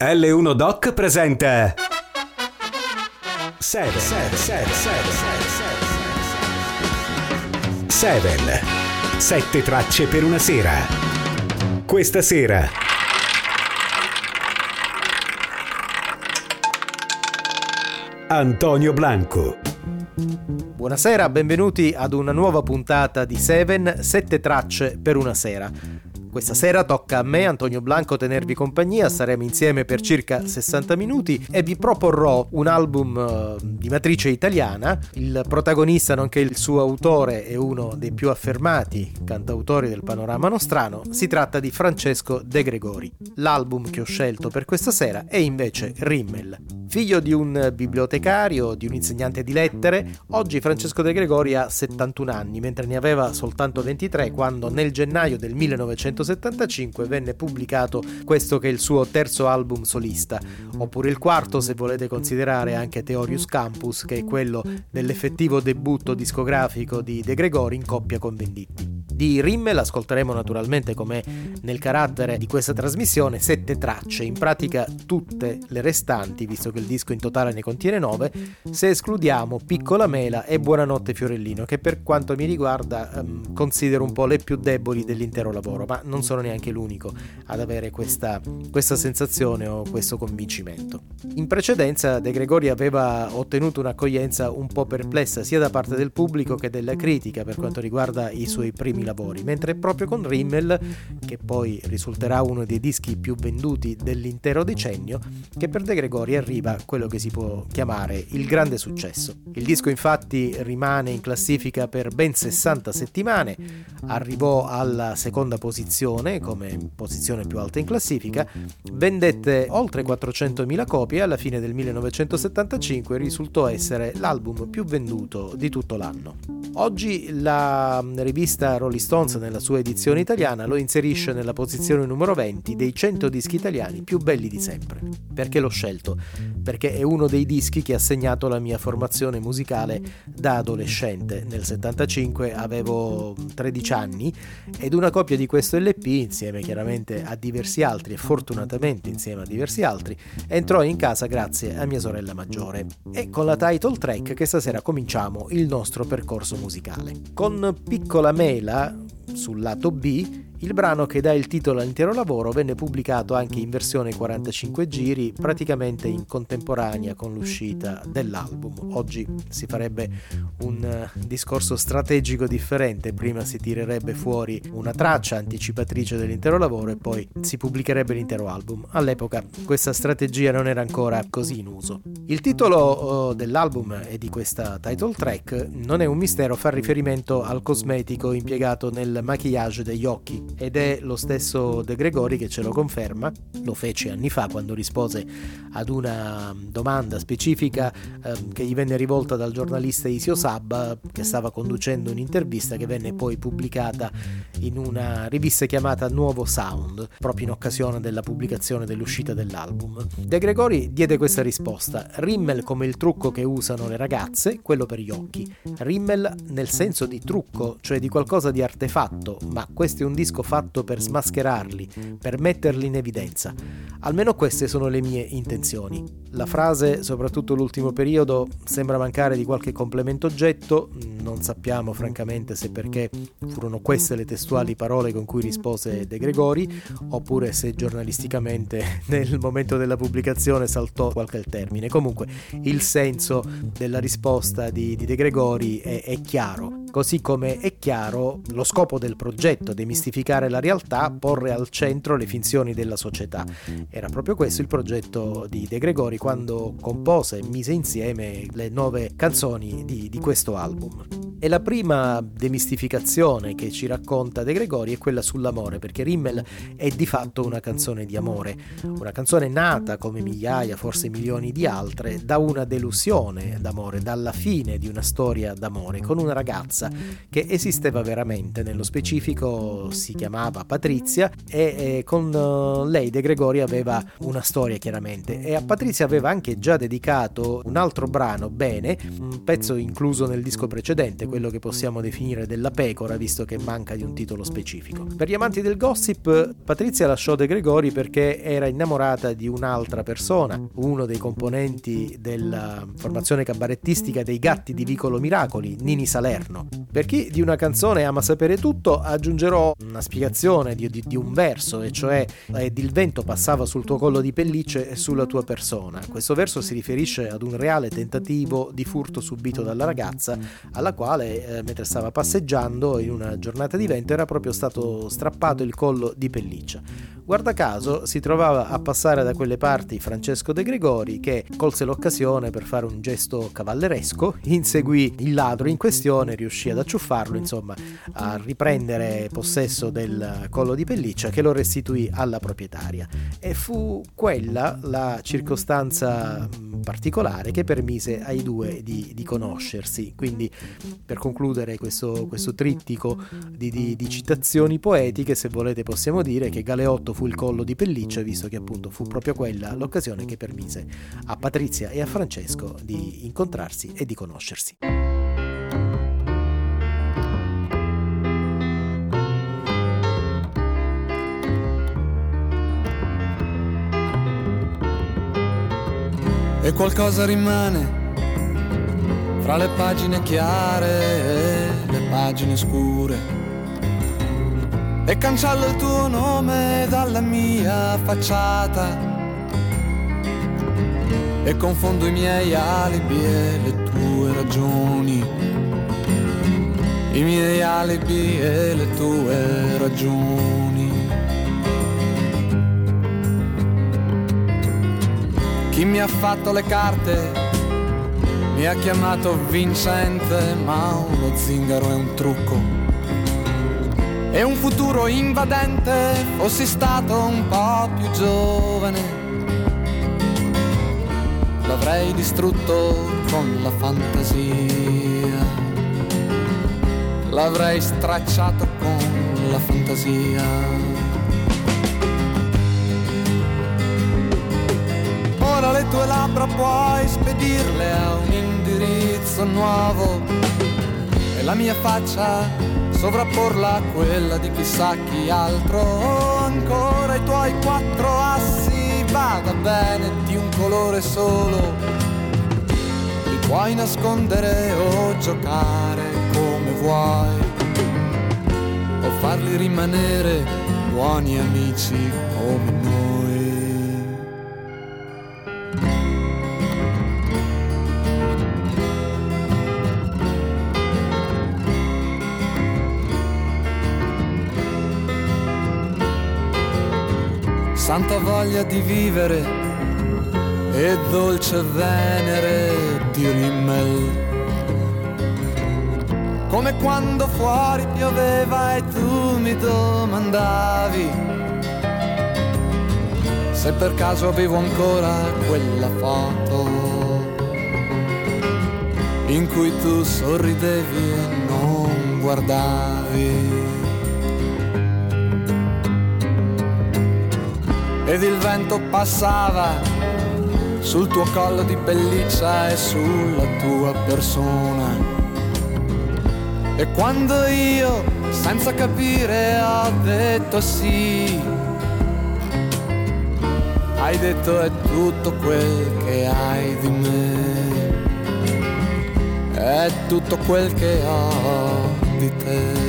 L1 Doc presenta Seven. Sette tracce per una sera. Questa sera Antonio Blanco. Buonasera, benvenuti ad una nuova puntata di Seven, sette tracce per una sera. Questa sera tocca a me, Antonio Blanco, tenervi compagnia, saremo insieme per circa 60 minuti e vi proporrò un album di matrice italiana. Il protagonista, nonché il suo autore, è uno dei più affermati cantautori del panorama nostrano. Si tratta di Francesco De Gregori. L'album che ho scelto per questa sera è invece Rimmel. Figlio di un bibliotecario, di un insegnante di lettere, oggi Francesco De Gregori ha 71 anni, mentre ne aveva soltanto 23 quando nel gennaio del 1975 venne pubblicato questo che è il suo terzo album solista, oppure il quarto se volete considerare anche Theorius Campus, che è quello dell'effettivo debutto discografico di De Gregori in coppia con Venditti. Di Rimmel ascolteremo naturalmente, come nel carattere di questa trasmissione, 7 tracce, in pratica tutte le restanti, visto che il disco in totale ne contiene 9, se escludiamo Piccola Mela e Buonanotte Fiorellino, che per quanto mi riguarda considero un po' le più deboli dell'intero lavoro, ma non sono neanche l'unico ad avere questa sensazione o questo convincimento. In precedenza De Gregori aveva ottenuto un'accoglienza un po' perplessa sia da parte del pubblico che della critica per quanto riguarda i suoi primi lavori, mentre proprio con Rimmel, che poi risulterà uno dei dischi più venduti dell'intero decennio, che per De Gregori arriva quello che si può chiamare il grande successo. Il disco infatti rimane in classifica per ben 60 settimane, arrivò alla seconda posizione come posizione più alta in classifica, vendette oltre 400.000 copie e alla fine del 1975 risultò essere l'album più venduto di tutto l'anno. Oggi la rivista Rolling Stones, nella sua edizione italiana, lo inserisce nella posizione numero 20 dei 100 dischi italiani più belli di sempre. Perché l'ho scelto? Perché è uno dei dischi che ha segnato la mia formazione musicale da adolescente. Nel 75 avevo 13 anni ed una copia di questo LP, insieme chiaramente a diversi altri, e fortunatamente insieme a diversi altri, entrò in casa grazie a mia sorella maggiore. E con la title track che stasera cominciamo il nostro percorso musicale. Con Piccola Mela, sul lato B, il brano che dà il titolo all'intero lavoro, venne pubblicato anche in versione 45 giri, praticamente in contemporanea con l'uscita dell'album. Oggi si farebbe un discorso strategico differente: prima si tirerebbe fuori una traccia anticipatrice dell'intero lavoro e poi si pubblicherebbe l'intero album. All'epoca questa strategia non era ancora così in uso. Il titolo dell'album e di questa title track non è un mistero, fa riferimento al cosmetico impiegato nel maquillage degli occhi, ed è lo stesso De Gregori che ce lo conferma. Lo fece anni fa quando rispose ad una domanda specifica che gli venne rivolta dal giornalista Isio Sabba, che stava conducendo un'intervista che venne poi pubblicata in una rivista chiamata Nuovo Sound, proprio in occasione della pubblicazione dell'uscita dell'album. De Gregori diede questa risposta: Rimmel come il trucco che usano le ragazze, quello per gli occhi. Rimmel nel senso di trucco, cioè di qualcosa di artefatto, ma questo è un disco fatto per smascherarli, per metterli in evidenza. Almeno queste sono le mie intenzioni. La frase, soprattutto l'ultimo periodo, sembra mancare di qualche complemento oggetto. Non sappiamo francamente se perché furono queste le testuali parole con cui rispose De Gregori, oppure se giornalisticamente nel momento della pubblicazione saltò qualche termine. Comunque il senso della risposta di De Gregori è chiaro. Così come è chiaro lo scopo del progetto: demistificare la realtà, porre al centro le finzioni della società. Era proprio questo il progetto di De Gregori quando compose e mise insieme le 9 canzoni di questo album. E la prima demistificazione che ci racconta De Gregori è quella sull'amore, perché Rimmel è di fatto una canzone di amore, una canzone nata come migliaia, forse milioni di altre, da una delusione d'amore, dalla fine di una storia d'amore con una ragazza ragazza che esisteva veramente, nello specifico si chiamava Patrizia e con lei De Gregori aveva una storia chiaramente, e a Patrizia aveva anche già dedicato un altro brano, Bene, un pezzo incluso nel disco precedente, quello che possiamo definire della pecora, visto che manca di un titolo specifico. Per gli amanti del gossip, Patrizia lasciò De Gregori perché era innamorata di un'altra persona, uno dei componenti della formazione cabarettistica dei Gatti di Vicolo Miracoli, Nini Salerno. Per chi di una canzone ama sapere tutto, aggiungerò una spiegazione di un verso, e cioè ed il vento passava sul tuo collo di pellicce e sulla tua persona. Questo verso si riferisce ad un reale tentativo di furto subito dalla ragazza, alla quale mentre stava passeggiando in una giornata di vento era proprio stato strappato il collo di pelliccia. Guarda caso si trovava a passare da quelle parti Francesco De Gregori, che colse l'occasione per fare un gesto cavalleresco, inseguì il ladro in questione, riuscì ad acciuffarlo, insomma a riprendere possesso del collo di pelliccia, che lo restituì alla proprietaria, e fu quella la circostanza particolare che permise ai due di conoscersi. Quindi, per concludere questo trittico di citazioni poetiche, se volete possiamo dire che Galeotto fu il collo di pelliccia, visto che appunto fu proprio quella l'occasione che permise a Patrizia e a Francesco di incontrarsi e di conoscersi. E qualcosa rimane fra le pagine chiare e le pagine scure, e cancello il tuo nome dalla mia facciata, e confondo i miei alibi e le tue ragioni, i miei alibi e le tue ragioni. Chi mi ha fatto le carte mi ha chiamato vincente, ma uno zingaro è un trucco e un futuro invadente. Fossi stato un po' più giovane, l'avrei distrutto con la fantasia, l'avrei stracciato con la fantasia. Ora le tue labbra puoi spedirle a un indirizzo nuovo, e la mia faccia sovrapporla a quella di chissà chi altro. Ancora i tuoi 4 assi, vada bene, di un colore solo, li puoi nascondere o giocare come vuoi, o farli rimanere buoni amici come noi. Santa voglia di vivere e dolce venere di rimmel, come quando fuori pioveva e tu mi domandavi se per caso avevo ancora quella foto in cui tu sorridevi e non guardavi. Ed il vento passava sul tuo collo di pelliccia e sulla tua persona, e quando io, senza capire, ho detto sì, hai detto è tutto quel che hai di me, è tutto quel che ho di te.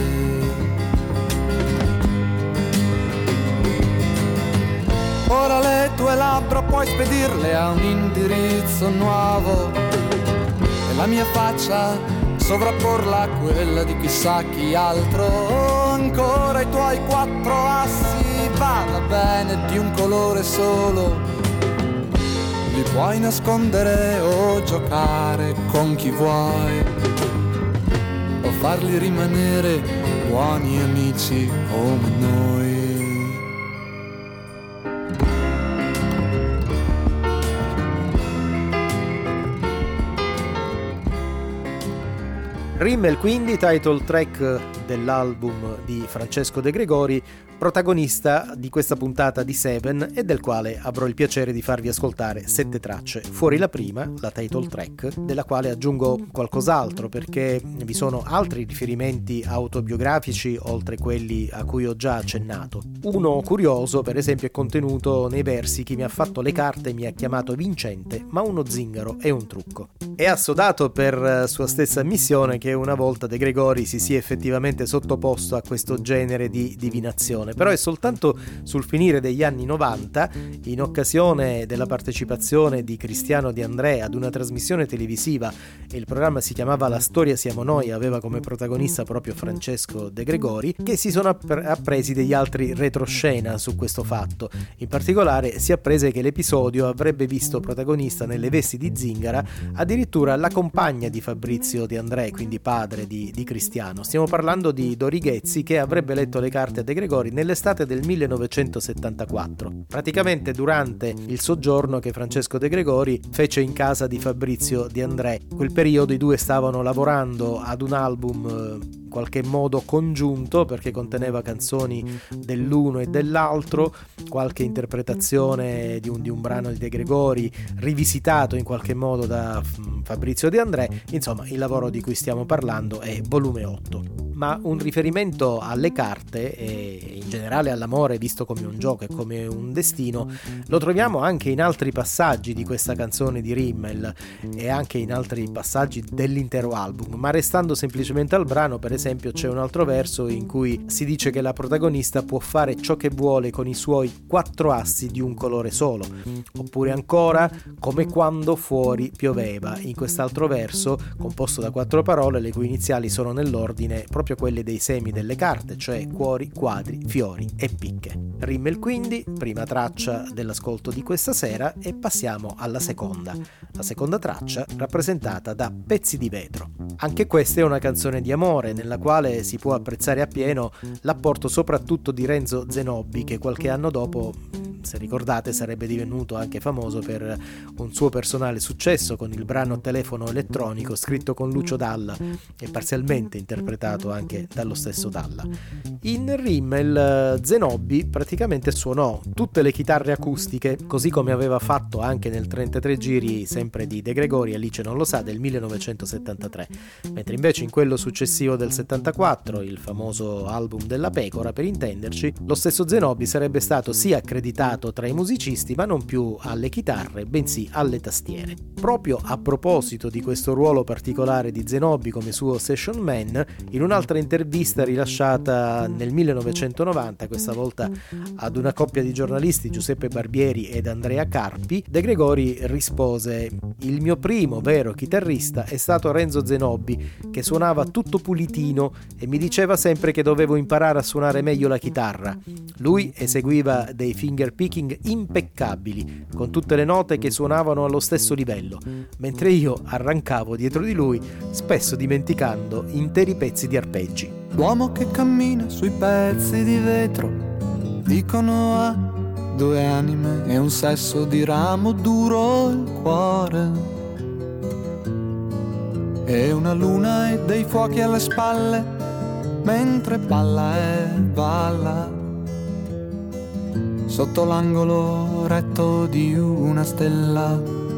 Ora le tue labbra puoi spedirle a un indirizzo nuovo, e la mia faccia sovrapporla a quella di chissà chi altro. Ancora i tuoi 4 assi, vada bene, di un colore solo, li puoi nascondere o giocare con chi vuoi, o farli rimanere buoni amici come noi. Rimmel quindi, title track dell'album di Francesco De Gregori, protagonista di questa puntata di Seven e del quale avrò il piacere di farvi ascoltare 7 tracce. Fuori la prima, la title track, della quale aggiungo qualcos'altro perché vi sono altri riferimenti autobiografici oltre quelli a cui ho già accennato. Uno curioso, per esempio, è contenuto nei versi "Chi mi ha fatto le carte mi ha chiamato vincente, ma uno zingaro è un trucco". È assodato per sua stessa ammissione che una volta De Gregori si sia effettivamente sottoposto a questo genere di divinazione, però è soltanto sul finire degli anni 90, in occasione della partecipazione di Cristiano De André ad una trasmissione televisiva, e il programma si chiamava La storia siamo noi, aveva come protagonista proprio Francesco De Gregori, che si sono appresi degli altri retroscena su questo fatto. In particolare si apprese che l'episodio avrebbe visto protagonista nelle vesti di zingara addirittura la compagna di Fabrizio De André, quindi padre di Cristiano. Stiamo parlando di Dori Ghezzi, che avrebbe letto le carte a De Gregori nell'estate del 1974, praticamente durante il soggiorno che Francesco De Gregori fece in casa di Fabrizio De André. In quel periodo i due stavano lavorando ad un album in qualche modo congiunto, perché conteneva canzoni dell'uno e dell'altro, qualche interpretazione di un brano di De Gregori rivisitato in qualche modo da Fabrizio De André. Insomma, il lavoro di cui stiamo parlando è volume 8. Ma un riferimento alle carte e in generale all'amore visto come un gioco e come un destino lo troviamo anche in altri passaggi di questa canzone di Rimmel e anche in altri passaggi dell'intero album. Ma restando semplicemente al brano, per esempio, c'è un altro verso in cui si dice che la protagonista può fare ciò che vuole con i suoi 4 assi di un colore solo, oppure ancora come quando fuori pioveva, in quest'altro verso composto da 4 parole le cui iniziali sono nell'ordine proprio quelle dei semi delle carte, cioè cuori, quadri, fiori e picche. Rimmel quindi, prima traccia dell'ascolto di questa sera, e passiamo alla seconda. La seconda traccia rappresentata da Pezzi di vetro. Anche questa è una canzone di amore nella quale si può apprezzare appieno l'apporto soprattutto di Renzo Zenobi, che qualche anno dopo, se ricordate, sarebbe divenuto anche famoso per un suo personale successo con il brano Telefono elettronico, scritto con Lucio Dalla e parzialmente interpretato anche dallo stesso Dalla. In Rimmel Zenobi praticamente suonò tutte le chitarre acustiche, così come aveva fatto anche nel 33 giri sempre di De Gregori, Alice non lo sa, del 1973, mentre invece in quello successivo del 74, il famoso album della pecora per intenderci, lo stesso Zenobi sarebbe stato sì accreditato tra i musicisti, ma non più alle chitarre bensì alle tastiere. Proprio a proposito di questo ruolo particolare di Zenobi come suo session man, in un'altra intervista rilasciata nel 1990, questa volta ad una coppia di giornalisti, Giuseppe Barbieri ed Andrea Carpi, De Gregori rispose: "Il mio primo vero chitarrista è stato Renzo Zenobi, che suonava tutto pulitino e mi diceva sempre che dovevo imparare a suonare meglio la chitarra. Lui eseguiva dei finger picking impeccabili, con tutte le note che suonavano allo stesso livello, mentre io arrancavo dietro di lui, spesso dimenticando interi pezzi di arpeggi." L'uomo che cammina sui pezzi di vetro, dicono ha 2 anime e un sesso di ramo duro il cuore, e una luna e dei fuochi alle spalle, mentre balla e balla sotto l'angolo retto di una stella.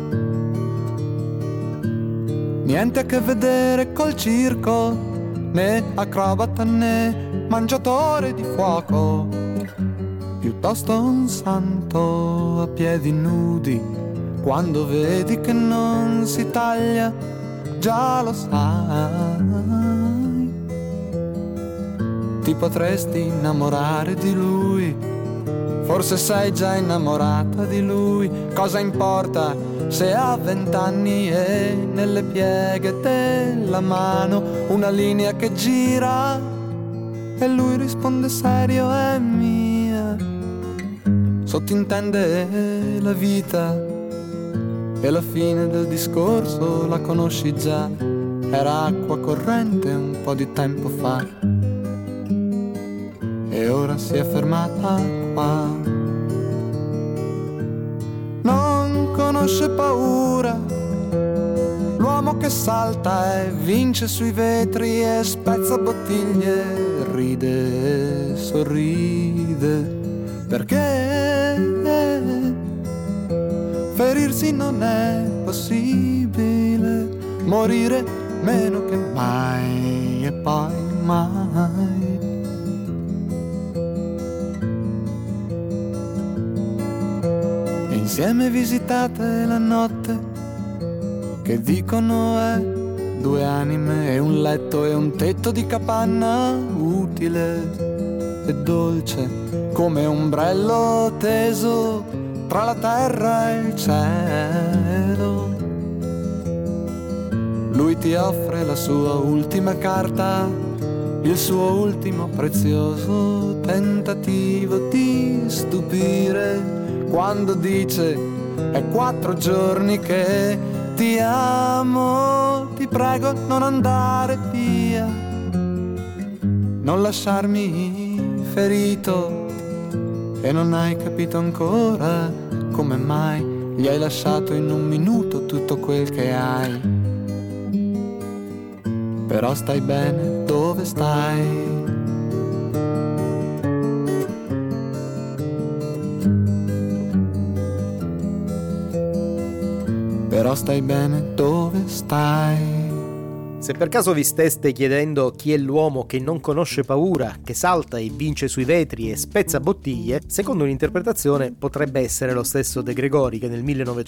Niente a che vedere col circo, né acrobata né mangiatore di fuoco, piuttosto un santo a piedi nudi. Quando vedi che non si taglia, già lo sai. Ti potresti innamorare di lui, forse sei già innamorata di lui. Cosa importa se ha 20 anni e nelle pieghe della mano una linea che gira e lui risponde serio: è mia. Sottintende la vita e la fine del discorso la conosci già. Era acqua corrente un po' di tempo fa e ora si è fermata qua. Non conosce paura, l'uomo l'uomo che salta e vince sui vetri e spezza bottiglie, ride e sorride, perché ferirsi non è possibile, morire meno che mai e poi mai. E insieme visitate la notte che dicono è 2 anime e un letto e un tetto di capanna utile e dolce come ombrello teso tra la terra e il cielo. Lui ti offre la sua ultima carta, il suo ultimo prezioso tentativo di stupire, quando dice è 4 giorni che ti amo, ti prego non andare via, non lasciarmi ferito, e non hai capito ancora come mai gli hai lasciato in 1 minuto tutto quel che hai. Però stai bene dove stai. Però stai bene dove stai. Se per caso vi steste chiedendo chi è l'uomo che non conosce paura, che salta e vince sui vetri e spezza bottiglie, secondo un'interpretazione potrebbe essere lo stesso De Gregori, che nel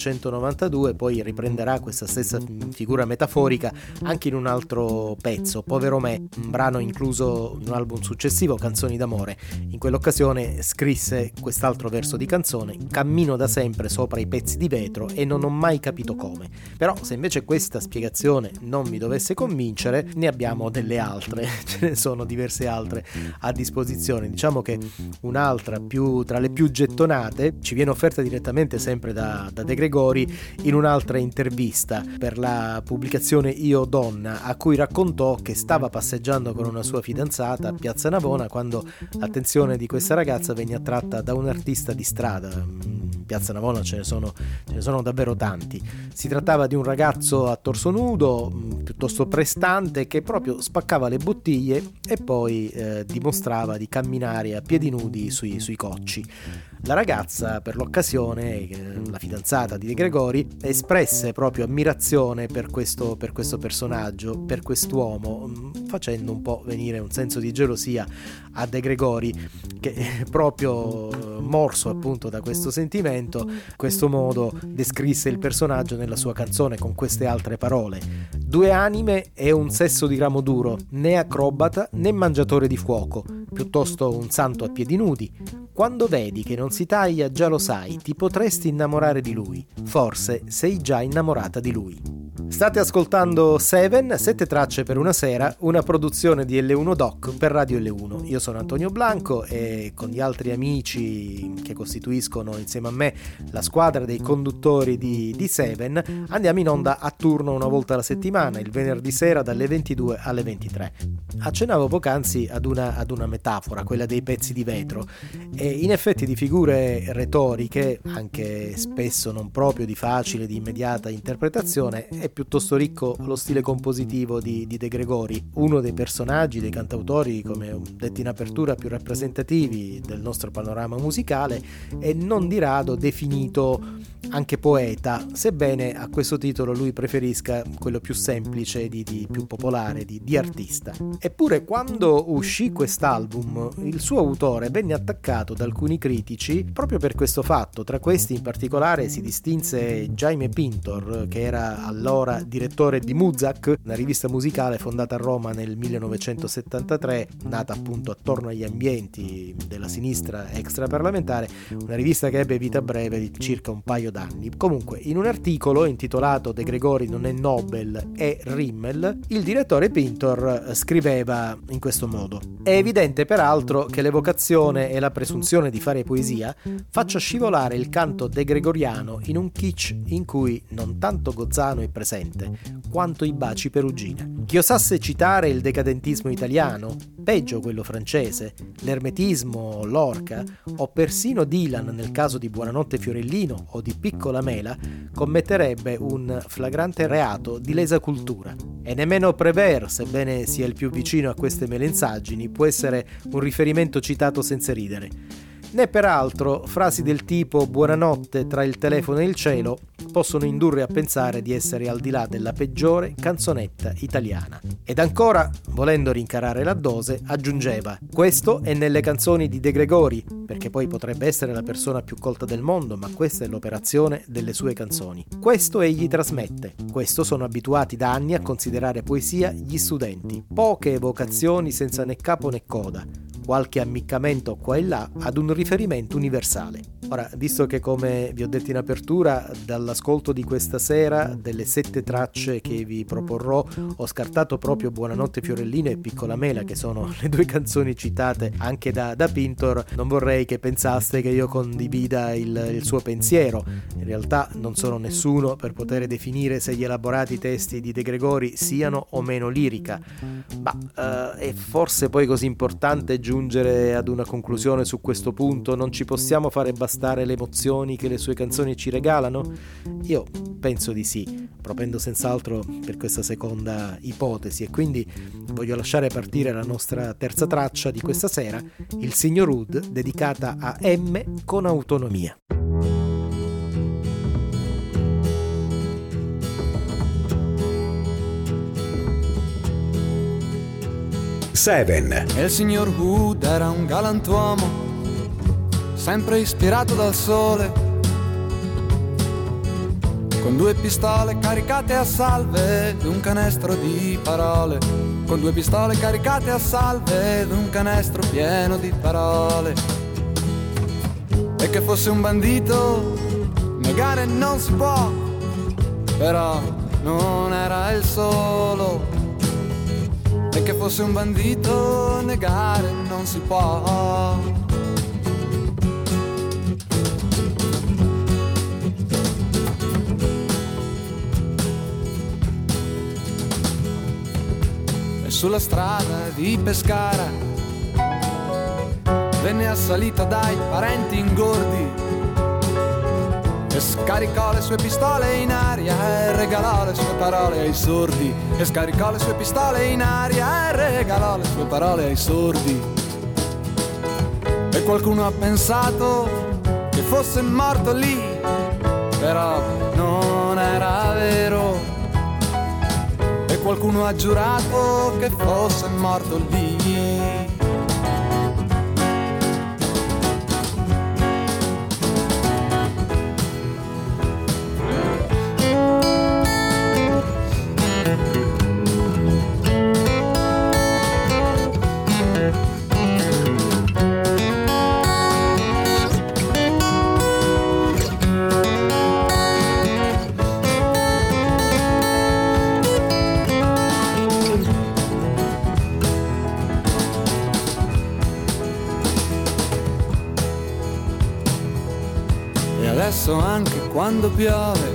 1992 poi riprenderà questa stessa figura metaforica anche in un altro pezzo, Povero me, un brano incluso in un album successivo, Canzoni d'amore. In quell'occasione scrisse quest'altro verso di canzone: cammino da sempre sopra i pezzi di vetro e non ho mai capito come. Però se invece questa spiegazione non vi dovesse convincere, ne abbiamo delle altre, ce ne sono diverse altre a disposizione. Diciamo che un'altra tra le più gettonate ci viene offerta direttamente sempre da De Gregori in un'altra intervista per la pubblicazione Io Donna, a cui raccontò che stava passeggiando con una sua fidanzata a Piazza Navona quando l'attenzione di questa ragazza venne attratta da un artista di strada. In Piazza Navona ce ne sono davvero tanti. Si trattava di un ragazzo a torso nudo, piuttosto prestante, che proprio spaccava le bottiglie e poi dimostrava di camminare a piedi nudi sui cocci. La ragazza, per l'occasione, la fidanzata di De Gregori, espresse proprio ammirazione per questo personaggio, per quest'uomo, facendo un po' venire un senso di gelosia a De Gregori, che proprio morso appunto da questo sentimento, in questo modo descrisse il personaggio nella sua canzone con queste altre parole: 2 anime e un sesso di ramo duro, né acrobata né mangiatore di fuoco, piuttosto un santo a piedi nudi. Quando vedi che non si taglia già lo sai, ti potresti innamorare di lui, forse sei già innamorata di lui. State ascoltando Seven, 7 tracce per una sera, una produzione di L1 Doc per Radio L1. Io sono Antonio Blanco e con gli altri amici che costituiscono insieme a me la squadra dei conduttori di Seven andiamo in onda a turno una volta alla settimana, il venerdì sera dalle 22 alle 23. Accennavo poc'anzi ad una metafora, quella dei pezzi di vetro, e in effetti di figure retoriche, anche spesso non proprio di facile, di immediata interpretazione, è piuttosto ricco lo stile compositivo di De Gregori, uno dei personaggi, dei cantautori, come detti in apertura, più rappresentativi del nostro panorama musicale, e non di rado definito anche poeta, sebbene a questo titolo lui preferisca quello più semplice, di più popolare, di artista. Eppure quando uscì quest'album il suo autore venne attaccato da alcuni critici proprio per questo fatto. Tra questi in particolare si distinse Jaime Pintor, che era allora direttore di Muzak, una rivista musicale fondata a Roma nel 1973, nata appunto attorno agli ambienti della sinistra extraparlamentare, una rivista che ebbe vita breve di circa un paio d'anni. Comunque, in un articolo intitolato De Gregori non è Nobel, è Rimmel, il direttore Pintor scriveva in questo modo: è evidente peraltro che l'evocazione e la presunzione di fare poesia faccia scivolare il canto degregoriano in un kitsch in cui non tanto Gozzano è presente quanto i baci Perugina. Chi osasse citare il decadentismo italiano, peggio quello francese, l'ermetismo, Lorca o persino Dylan nel caso di Buonanotte Fiorellino o di Piccola Mela commetterebbe un flagrante reato di lesa cultura. E nemmeno Prévert, sebbene sia il più vicino a queste melensaggini, può essere un riferimento citato senza ridere. Né peraltro frasi del tipo "buonanotte" tra il telefono e il cielo possono indurre a pensare di essere al di là della peggiore canzonetta italiana. Ed ancora, volendo rincarare la dose, aggiungeva: questo è nelle canzoni di De Gregori, perché poi potrebbe essere la persona più colta del mondo, ma questa è l'operazione delle sue canzoni. Questo egli trasmette, questo sono abituati da anni a considerare poesia gli studenti. Poche evocazioni senza né capo né coda, qualche ammiccamento qua e là ad un riferimento universale. Ora, visto che, come vi ho detto in apertura, dall'ascolto di questa sera, delle 7 tracce che vi proporrò, ho scartato proprio Buonanotte Fiorellino e Piccola Mela, che sono le 2 canzoni citate anche da Pintor, non vorrei che pensaste che io condivida il suo pensiero. In realtà non sono nessuno per poter definire se gli elaborati testi di De Gregori siano o meno lirica, ma è forse poi così importante giungere ad una conclusione su questo punto? Non ci possiamo fare bastare le emozioni che le sue canzoni ci regalano? Io penso di sì, propendo senz'altro per questa seconda ipotesi, e quindi voglio lasciare partire la nostra terza traccia di questa sera, Il Signor Ud, dedicata a M con autonomia. Seven. E il signor Wood era un galantuomo, sempre ispirato dal sole, con 2 pistole caricate a salve ed un canestro di parole, con 2 pistole caricate a salve ed un canestro pieno di parole. E che fosse un bandito negare non si può, però non era il solo. E che fosse un bandito negare non si può. E sulla strada di Pescara venne assalito dai parenti ingordi e scaricò le sue pistole in aria e regalò le sue parole ai sordi. E scaricò le sue pistole in aria e regalò le sue parole ai sordi. E qualcuno ha pensato che fosse morto lì, però non era vero. E qualcuno ha giurato che fosse morto lì. Adesso anche quando piove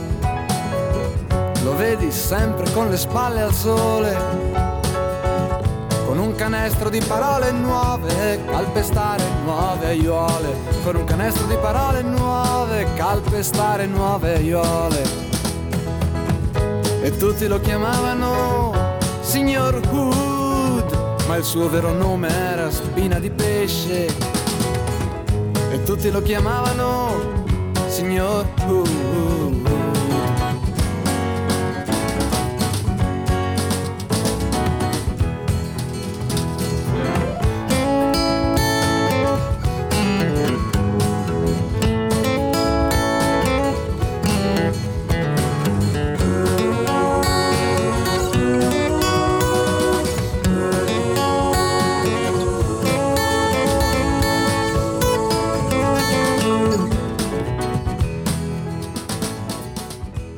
lo vedi sempre con le spalle al sole, con un canestro di parole nuove, calpestare nuove aiuole, con un canestro di parole nuove, calpestare nuove aiuole. E tutti lo chiamavano Signor Hood, ma il suo vero nome era Spina di Pesce. E tutti lo chiamavano Signor Hood.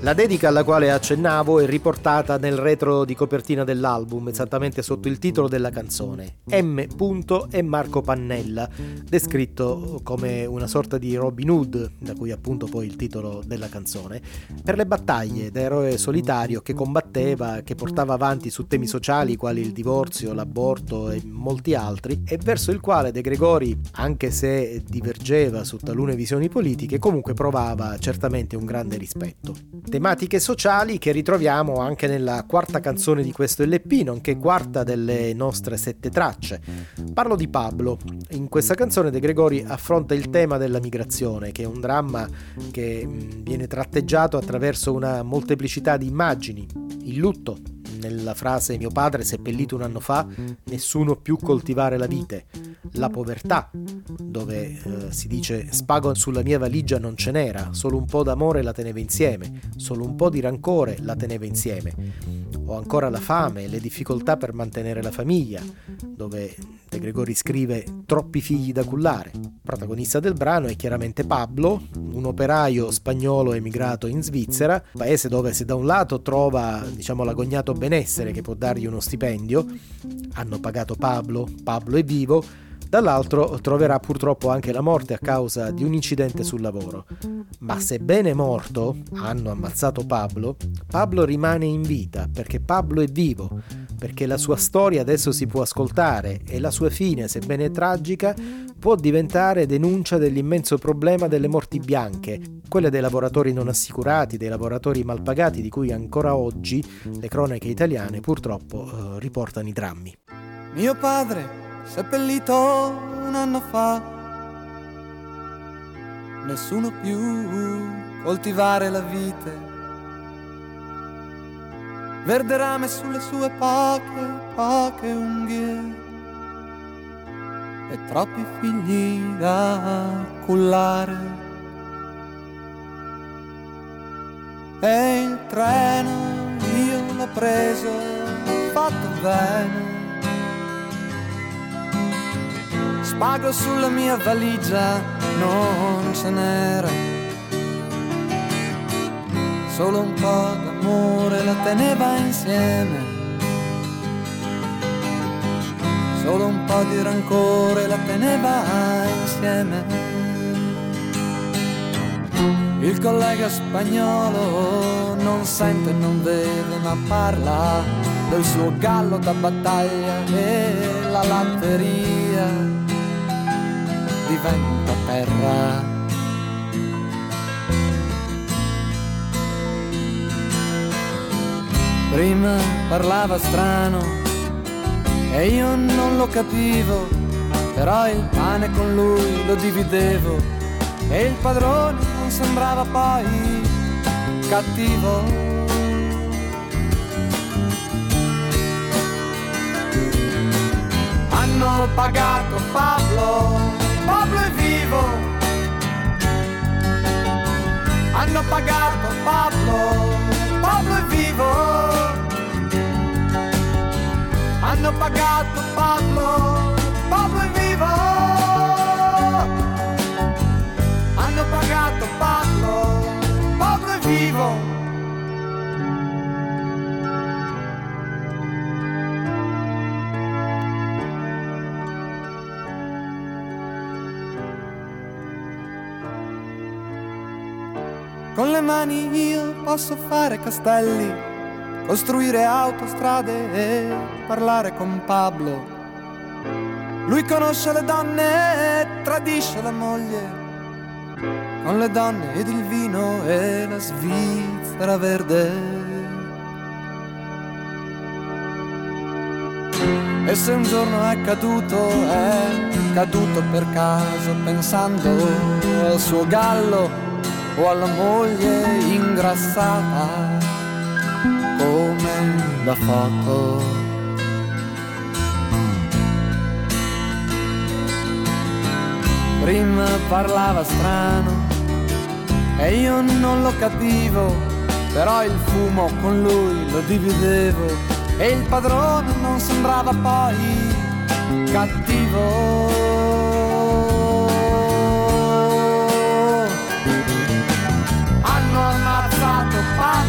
La dedica alla quale accennavo è riportata nel retro di copertina dell'album, esattamente sotto il titolo della canzone, M. e Marco Pannella, descritto come una sorta di Robin Hood, da cui appunto poi il titolo della canzone, per le battaglie da eroe solitario che combatteva, che portava avanti su temi sociali quali il divorzio, l'aborto e molti altri, e verso il quale De Gregori, anche se divergeva su talune visioni politiche, comunque provava certamente un grande rispetto. Tematiche sociali che ritroviamo anche nella quarta canzone di questo LP, nonché quarta delle nostre 7 tracce. Parlo di Pablo. In questa canzone De Gregori affronta il tema della migrazione, che è un dramma che viene tratteggiato attraverso una molteplicità di immagini. Il lutto, nella frase "mio padre seppellito un anno fa, nessuno più coltivare la vite", la povertà, dove si dice "spago sulla mia valigia non ce n'era, solo un po' d'amore la teneva insieme, solo un po' di rancore la teneva insieme", o ancora la fame e le difficoltà per mantenere la famiglia, dove De Gregori scrive "troppi figli da cullare". Protagonista del brano è chiaramente Pablo, un operaio spagnolo emigrato in Svizzera, paese dove se da un lato trova, l'agognato benessere che può dargli uno stipendio, hanno pagato Pablo è vivo, dall'altro troverà purtroppo anche la morte a causa di un incidente sul lavoro. Ma sebbene morto, hanno ammazzato Pablo rimane in vita, perché Pablo è vivo, perché la sua storia adesso si può ascoltare e la sua fine, sebbene tragica, può diventare denuncia dell'immenso problema delle morti bianche, quelle dei lavoratori non assicurati, dei lavoratori mal pagati, di cui ancora oggi le cronache italiane purtroppo riportano i drammi. Mio padre seppellito un anno fa, nessuno più coltivare la vite, verde rame sulle sue poche unghie e troppi figli da cullare. E il treno io l'ho preso, fatto bene, spago sulla mia valigia non ce n'era, solo un po' d'amore la teneva insieme, solo un po' di rancore la teneva insieme. Il collega spagnolo non sente, non vede, ma parla del suo gallo da battaglia e la latteria diventa terra. Prima parlava strano e io non lo capivo, però il pane con lui lo dividevo e il padrone non sembrava poi cattivo. Hanno pagato Pablo è vivo, hanno pagato Pablo è vivo, hanno pagato Pablo è vivo, hanno pagato Pablo è vivo. Con le mani io posso fare castelli, costruire autostrade e parlare con Pablo. Lui conosce le donne e tradisce la moglie, con le donne ed il vino e la Svizzera verde. E se un giorno è caduto per caso, pensando al suo gallo o alla moglie ingrassata come la foto. Prima parlava strano e io non lo capivo, però il fumo con lui lo dividevo e il padrone non sembrava poi cattivo. Hanno ammazzato Pablo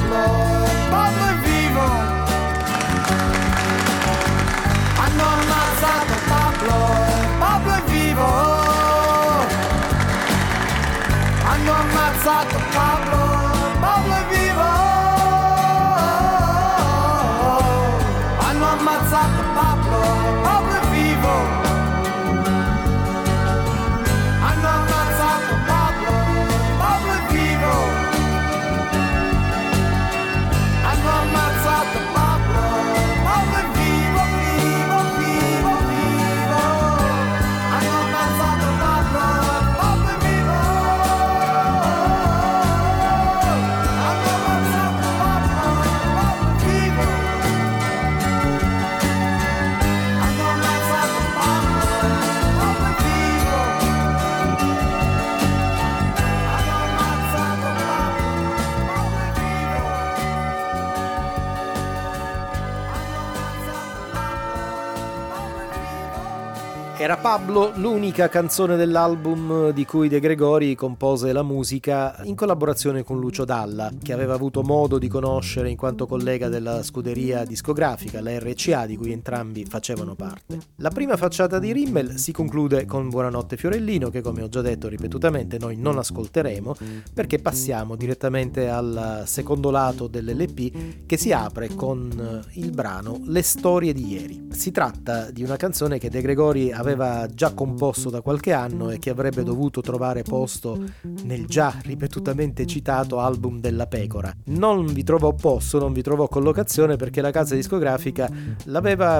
Era Pablo, l'unica canzone dell'album di cui De Gregori compose la musica in collaborazione con Lucio Dalla, che aveva avuto modo di conoscere in quanto collega della scuderia discografica, la RCA, di cui entrambi facevano parte. La prima facciata di Rimmel si conclude con Buonanotte Fiorellino, che come ho già detto ripetutamente noi non ascolteremo, perché passiamo direttamente al secondo lato dell'LP, che si apre con il brano Le storie di ieri. Si tratta di una canzone che De Gregori aveva già composto da qualche anno e che avrebbe dovuto trovare posto nel già ripetutamente citato album della Pecora. Non vi trovò posto, non vi trovò collocazione, perché la casa discografica l'aveva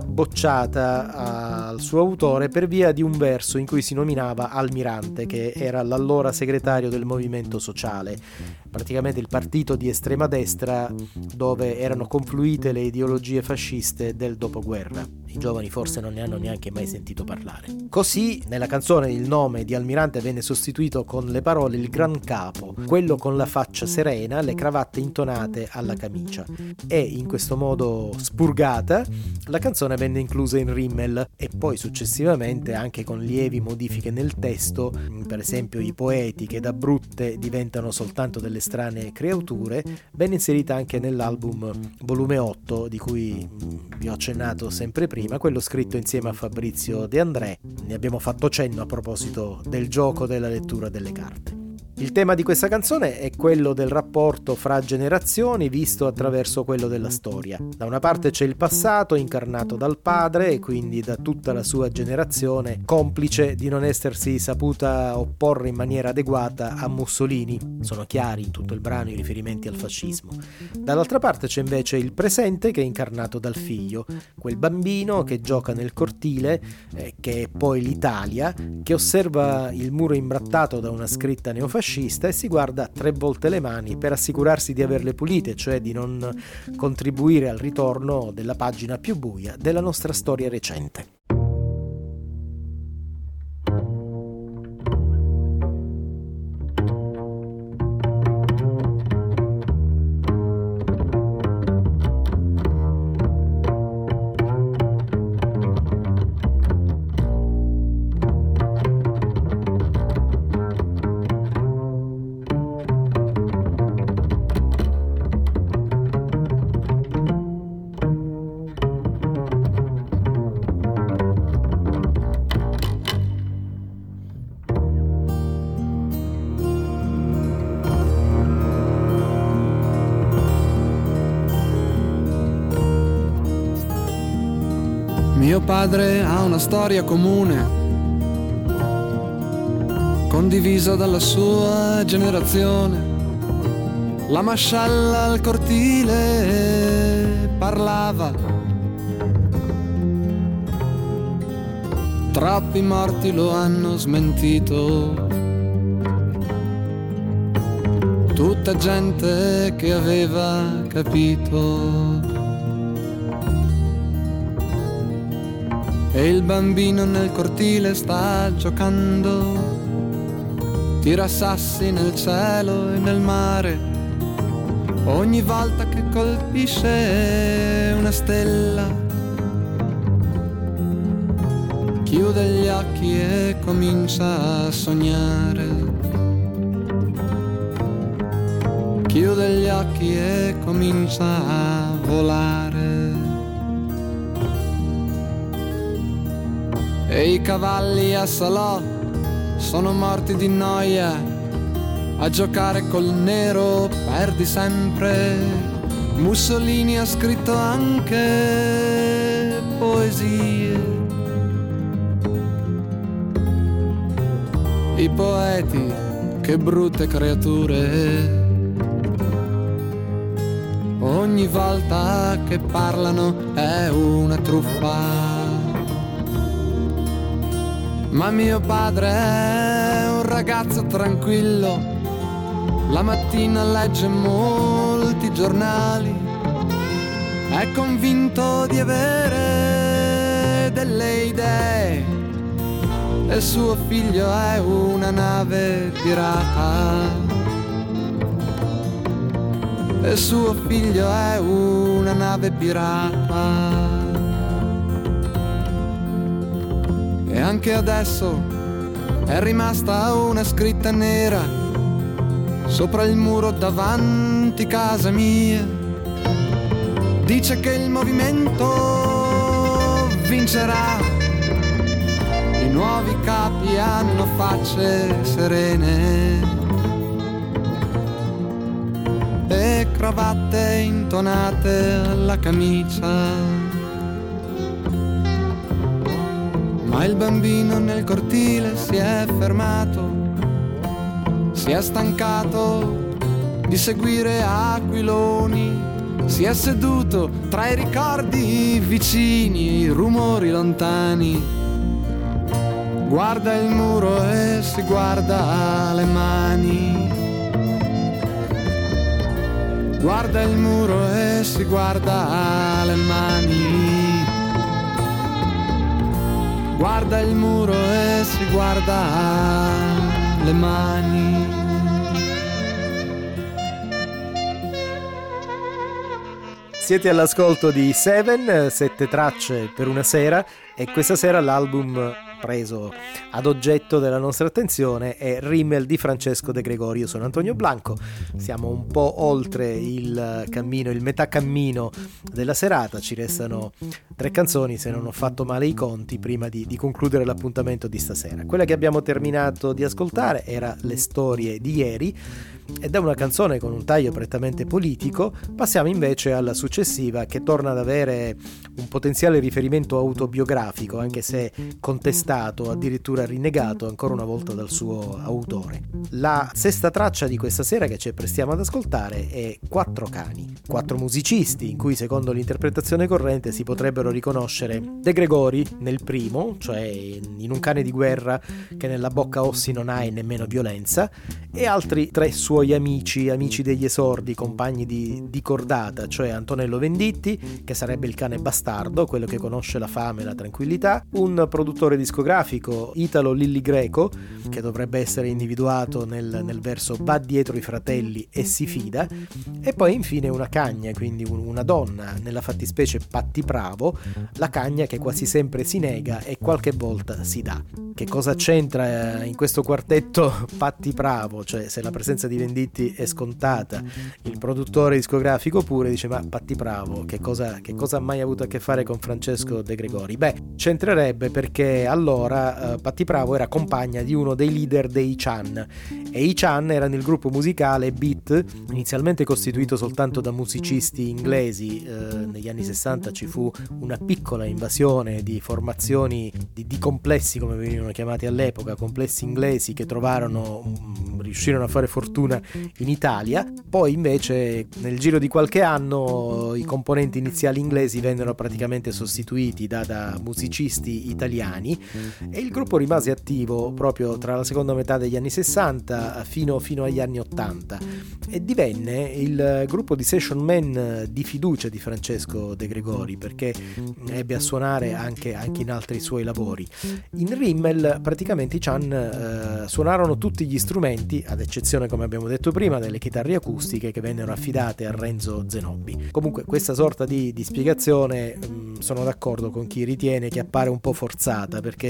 bocciata al suo autore per via di un verso in cui si nominava Almirante, che era l'allora segretario del Movimento Sociale, praticamente il partito di estrema destra dove erano confluite le ideologie fasciste del dopoguerra. I giovani forse non ne hanno neanche mai sentito parlare. Così nella canzone il nome di Almirante venne sostituito con le parole il gran capo, quello con la faccia serena, le cravatte intonate alla camicia, e in questo modo spurgata la canzone venne inclusa in Rimmel e poi successivamente, anche con lievi modifiche nel testo, per esempio i poeti che da brutte diventano soltanto delle strane creature, venne inserita anche nell'album volume 8 di cui vi ho accennato sempre prima, quello scritto insieme a Fabrizio De André. Ne abbiamo fatto cenno a proposito del gioco della lettura delle carte. Il tema di questa canzone è quello del rapporto fra generazioni visto attraverso quello della storia. Da una parte c'è il passato incarnato dal padre e quindi da tutta la sua generazione, complice di non essersi saputa opporre in maniera adeguata a Mussolini. Sono chiari in tutto il brano i riferimenti al fascismo. Dall'altra parte c'è invece il presente che è incarnato dal figlio, quel bambino che gioca nel cortile, che è poi l'Italia, che osserva il muro imbrattato da una scritta neofascista e si guarda 3 volte le mani per assicurarsi di averle pulite, cioè di non contribuire al ritorno della pagina più buia della nostra storia recente. Mio padre ha una storia comune, condivisa dalla sua generazione. La mascella al cortile parlava, troppi morti lo hanno smentito. Tutta gente che aveva capito. E il bambino nel cortile sta giocando, tira sassi nel cielo e nel mare. Ogni volta che colpisce una stella, chiude gli occhi e comincia a sognare. Chiude gli occhi e comincia a volare. E i cavalli a Salò sono morti di noia, a giocare col nero perdi sempre. Mussolini ha scritto anche poesie. I poeti, che brutte creature, ogni volta che parlano è una truffa. Ma mio padre è un ragazzo tranquillo, la mattina legge molti giornali, è convinto di avere delle idee, e suo figlio è una nave pirata. E suo figlio è una nave pirata. E anche adesso è rimasta una scritta nera sopra il muro davanti casa mia. Dice che il movimento vincerà, i nuovi capi hanno facce serene e cravatte intonate alla camicia. Ma il bambino nel cortile si è fermato, si è stancato di seguire aquiloni, si è seduto tra i ricordi vicini, i rumori lontani. Guarda il muro e si guarda le mani. Guarda il muro e si guarda le mani. Guarda il muro e si guarda le mani. Siete all'ascolto di Seven, 7 tracce per una sera, e questa sera l'album preso ad oggetto della nostra attenzione è Rimmel di Francesco De Gregori. Io sono Antonio Blanco, siamo un po' oltre il cammino, il metà cammino della serata, ci restano 3 canzoni se non ho fatto male i conti prima di concludere l'appuntamento di stasera. Quella che abbiamo terminato di ascoltare era Le storie di ieri, e da una canzone con un taglio prettamente politico passiamo invece alla successiva, che torna ad avere un potenziale riferimento autobiografico, anche se contestato, addirittura rinnegato ancora una volta dal suo autore. La sesta traccia di questa sera che ci apprestiamo ad ascoltare è Quattro cani, 4 musicisti in cui secondo l'interpretazione corrente si potrebbero riconoscere De Gregori nel primo, cioè in un cane di guerra che nella bocca ossi non ha e nemmeno violenza, e altri 3 suoi amici degli esordi, compagni di cordata, cioè Antonello Venditti, che sarebbe il cane bastardo, quello che conosce la fame e la tranquillità, un produttore discografico, Italo Lilli Greco, che dovrebbe essere individuato nel verso va dietro i fratelli e si fida, e poi infine una cagna, quindi una donna, nella fattispecie Patti Pravo, la cagna che quasi sempre si nega e qualche volta si dà. Che cosa c'entra in questo quartetto Patti Pravo? Cioè, se la presenza di Venditti è scontata, il produttore discografico pure dice: ma Patti Pravo che cosa ha mai avuto a che fare con Francesco De Gregori? Beh, c'entrerebbe perché allora Patti Pravo era compagna di uno dei leader dei Chan, e i Chan erano il gruppo musicale Beat, inizialmente costituito soltanto da musicisti inglesi. Negli anni 60 ci fu una piccola invasione di formazioni di complessi, come venivano chiamati all'epoca, complessi inglesi che riuscirono a fare fortuna in Italia. Poi invece nel giro di qualche anno i componenti iniziali inglesi vennero praticamente sostituiti da musicisti italiani, e il gruppo rimase attivo proprio tra la seconda metà degli anni 60 fino agli anni 80, e divenne il gruppo di session man di fiducia di Francesco De Gregori, perché ebbe a suonare anche in altri suoi lavori. In Rimmel praticamente i Chan suonarono tutti gli strumenti, ad eccezione, come abbiamo detto prima, delle chitarre acustiche che vennero affidate a Renzo Zenobbi. Comunque questa sorta di spiegazione sono d'accordo con chi ritiene che appare un po' forzata, perché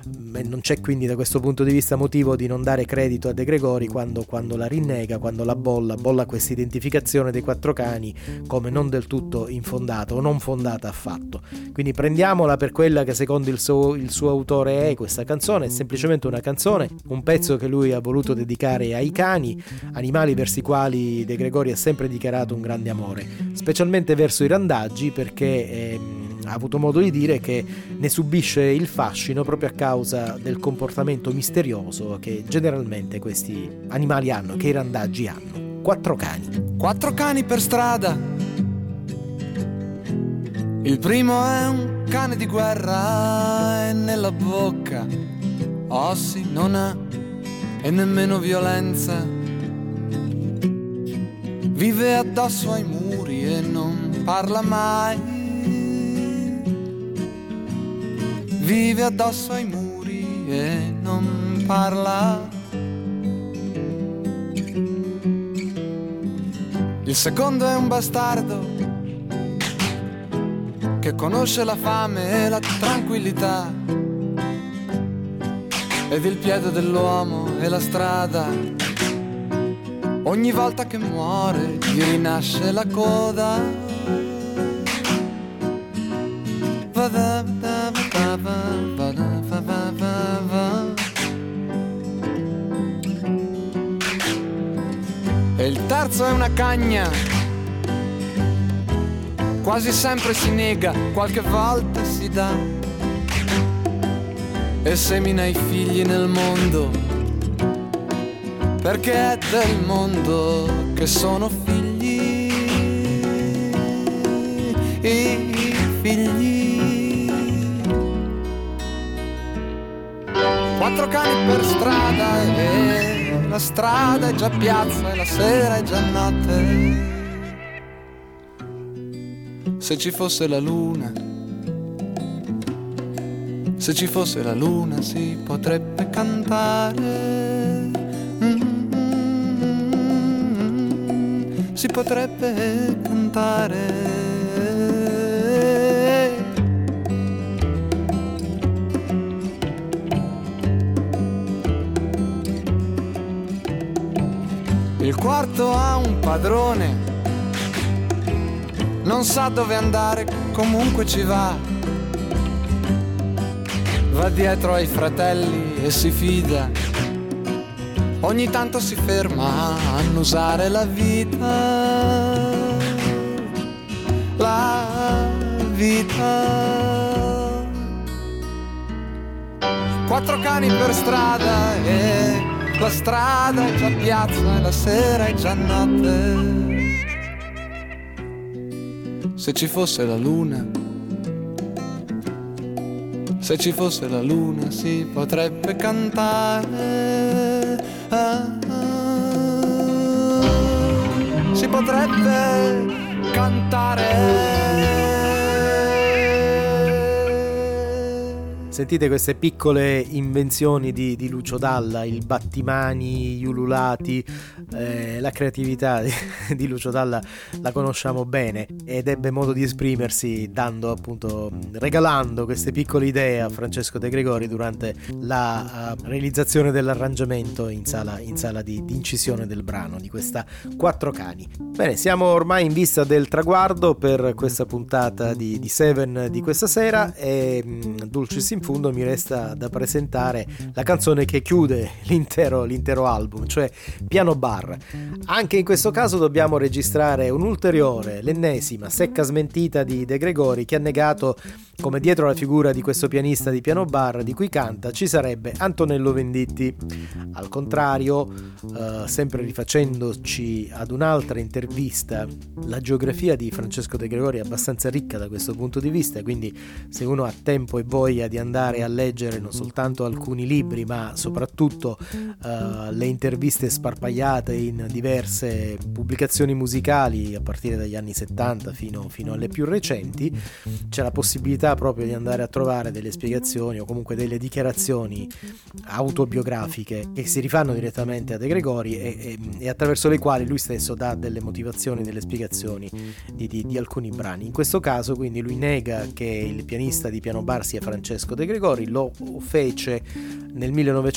non c'è quindi da questo punto di vista motivo di non dare credito a De Gregori quando la rinnega, quando la bolla questa identificazione dei 4 cani come non del tutto infondata o non fondata affatto. Quindi prendiamola per quella che secondo il suo autore è. Questa canzone è semplicemente una canzone, un pezzo che lui ha voluto dedicare ai cani, animali verso i quali De Gregori ha sempre dichiarato un grande amore, specialmente verso i randaggi, perché ha avuto modo di dire che ne subisce il fascino proprio a causa del comportamento misterioso che generalmente questi animali hanno, che i randaggi hanno. 4 cani. 4 cani per strada. Il primo è un cane di guerra e nella bocca ossi non ha e nemmeno violenza. Vive addosso ai muri e non parla mai. Vive addosso ai muri e non parla. Il secondo è un bastardo che conosce la fame e la tranquillità. ed il piede dell'uomo e la strada. Ogni volta che muore gli rinasce la coda. E il terzo è una cagna, quasi sempre si nega, qualche volta si dà, e semina i figli nel mondo, perché è del mondo che sono figli, i figli. 4 cani per strada e la strada è già piazza e la sera è già notte. Se ci fosse la luna, se ci fosse la luna si potrebbe cantare, si potrebbe cantare. Il quarto ha un padrone, non sa dove andare, comunque ci va. Va dietro ai fratelli e si fida. Ogni tanto si ferma a annusare la vita. La vita. 4 cani per strada e la strada è già piazza e la sera è già notte. Se ci fosse la luna, se ci fosse la luna si potrebbe cantare, si potrebbe cantare. Sentite queste piccole invenzioni di Lucio Dalla, il battimani, gli ululati, la creatività di Lucio Dalla la conosciamo bene ed ebbe modo di esprimersi dando appunto, regalando queste piccole idee a Francesco De Gregori durante la realizzazione dell'arrangiamento in sala di incisione del brano di questa 4 cani. Bene, siamo ormai in vista del traguardo per questa puntata di Seven di questa sera e Dulcis in fondo mi resta da presentare la canzone che chiude l'intero album, cioè Piano Bar. Anche in questo caso dobbiamo registrare un'ulteriore, l'ennesima secca smentita di De Gregori, che ha negato come dietro la figura di questo pianista di piano bar di cui canta ci sarebbe Antonello Venditti. Al contrario, sempre rifacendoci ad un'altra intervista, la geografia di Francesco De Gregori è abbastanza ricca da questo punto di vista, quindi se uno ha tempo e voglia di andare a leggere non soltanto alcuni libri ma soprattutto le interviste sparpagliate in diverse pubblicazioni musicali a partire dagli anni 70 fino alle più recenti, c'è la possibilità proprio di andare a trovare delle spiegazioni o comunque delle dichiarazioni autobiografiche che si rifanno direttamente a De Gregori e attraverso le quali lui stesso dà delle motivazioni, delle spiegazioni di alcuni brani. In questo caso quindi lui nega che il pianista di piano bar sia Francesco De Gregori, lo fece nel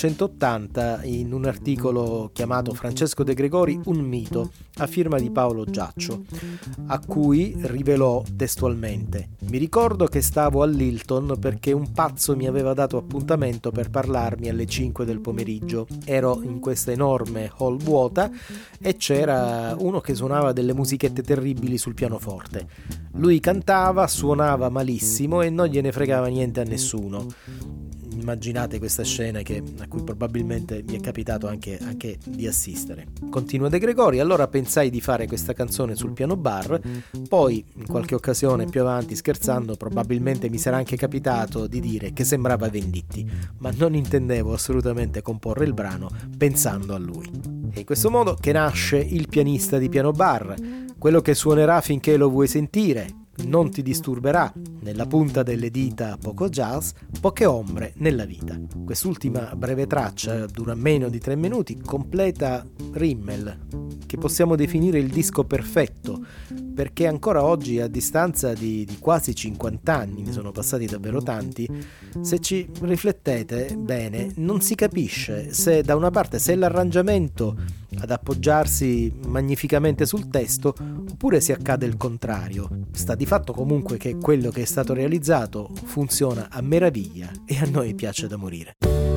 1980 in un articolo chiamato Francesco De Gregori, un mito, a firma di Paolo Giaccio, a cui rivelò testualmente: mi ricordo che stavo all'Hilton perché un pazzo mi aveva dato appuntamento per parlarmi alle 5 del pomeriggio. Ero in questa enorme hall vuota e c'era uno che suonava delle musichette terribili sul pianoforte. Lui cantava, suonava malissimo e non gliene fregava niente a nessuno. Immaginate questa scena a cui probabilmente mi è capitato anche di assistere. Continua De Gregori: allora pensai di fare questa canzone sul piano bar, poi in qualche occasione più avanti, scherzando, probabilmente mi sarà anche capitato di dire che sembrava Venditti, ma non intendevo assolutamente comporre il brano pensando a lui. È in questo modo che nasce Il pianista di piano bar, quello che suonerà finché lo vuoi sentire, non ti disturberà, nella punta delle dita poco jazz, poche ombre nella vita. Quest'ultima breve traccia, dura meno di 3 minuti, completa Rimmel, che possiamo definire il disco perfetto, perché ancora oggi, a distanza di quasi 50 anni, ne sono passati davvero tanti, se ci riflettete bene, non si capisce se da una parte se è l'arrangiamento ad appoggiarsi magnificamente sul testo, oppure se accade il contrario. Sta di fatto comunque che quello che è stato realizzato funziona a meraviglia e a noi piace da morire.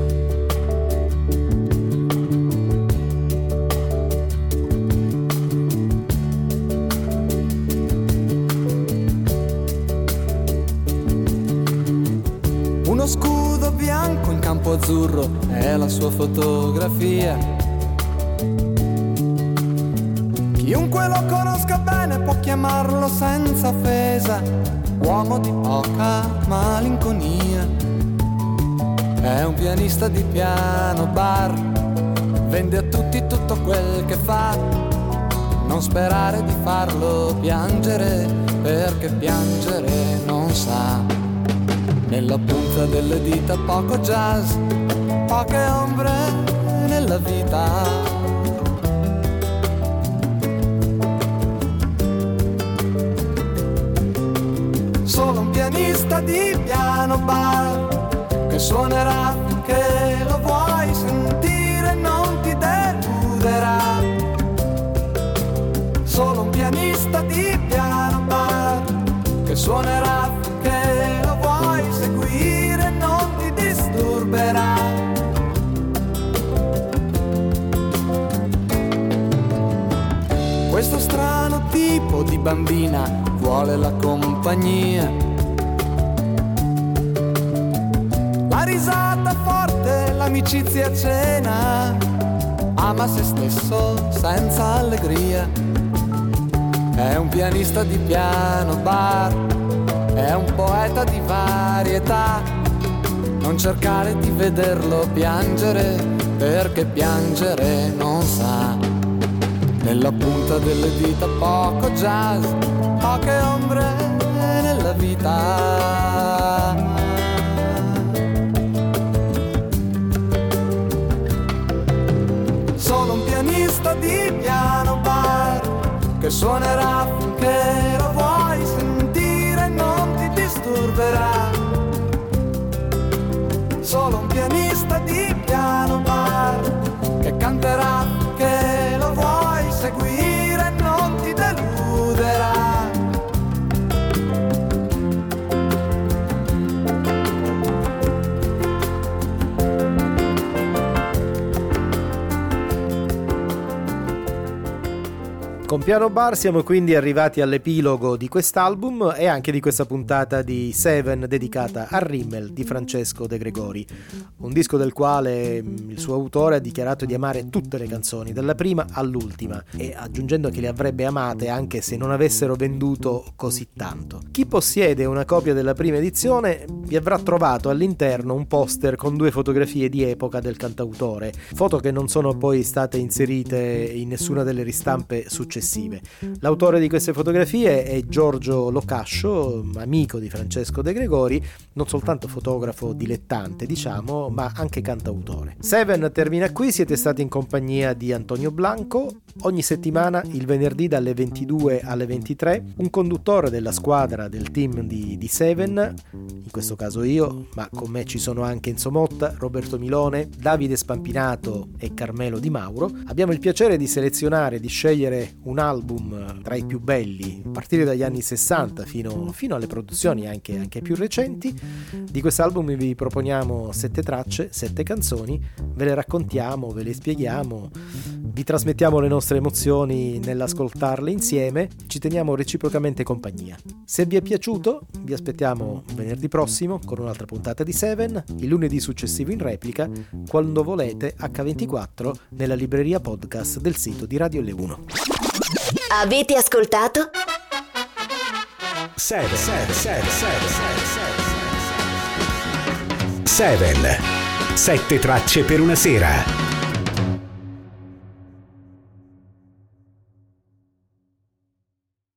Uno scudo bianco in campo azzurro è la sua fotografia. Chiunque lo conosca bene può chiamarlo senza offesa uomo di poca malinconia. È un pianista di piano bar, vende a tutti tutto quel che fa. Non sperare di farlo piangere, perché piangere non sa. Nella punta delle dita poco jazz, poche ombre nella vita. Solo un pianista di piano bar che suonerà finché lo vuoi sentire e non ti deluderà. Solo un pianista di piano bar che suonerà finché lo vuoi seguire e non ti disturberà. Questo strano tipo di bambina vuole la compagnia. La risata forte, l'amicizia a cena, ama se stesso senza allegria. È un pianista di piano bar, è un poeta di varietà. Non cercare di vederlo piangere, perché piangere non sa. Nella punta delle dita poco jazz, poche ombre nella vita. Solo un pianista di piano bar che suonerà finché lo vuoi sentire e non ti disturberà. Solo un pianista di piano bar che canterà finché lo vuoi seguire e non ti deluderà. Con Piano Bar siamo quindi arrivati all'epilogo di quest'album e anche di questa puntata di Seven dedicata a Rimmel di Francesco De Gregori, un disco del quale il suo autore ha dichiarato di amare tutte le canzoni, dalla prima all'ultima, e aggiungendo che le avrebbe amate anche se non avessero venduto così tanto. Chi possiede una copia della prima edizione vi avrà trovato all'interno un poster con 2 fotografie di epoca del cantautore, foto che non sono poi state inserite in nessuna delle ristampe successive. L'autore di queste fotografie è Giorgio Locascio, amico di Francesco De Gregori, non soltanto fotografo dilettante, diciamo, ma anche cantautore. Seven termina qui, siete stati in compagnia di Antonio Blanco. Ogni settimana, il venerdì dalle 22 alle 23, un conduttore della squadra del team di Seven, in questo caso io, ma con me ci sono anche Enzo Motta, Roberto Milone, Davide Spampinato e Carmelo Di Mauro. Abbiamo il piacere di selezionare, di scegliere un album tra i più belli, a partire dagli anni 60 fino alle produzioni anche più recenti. Di quest'album vi proponiamo 7 tracce, 7 canzoni, ve le raccontiamo, ve le spieghiamo, vi trasmettiamo le nostre emozioni nell'ascoltarle insieme, ci teniamo reciprocamente compagnia. Se vi è piaciuto, vi aspettiamo venerdì prossimo con un'altra puntata di Seven, il lunedì successivo in replica, quando volete, H24 nella libreria podcast del sito di Radio L1. Avete ascoltato? Seven. 7 tracce per una sera.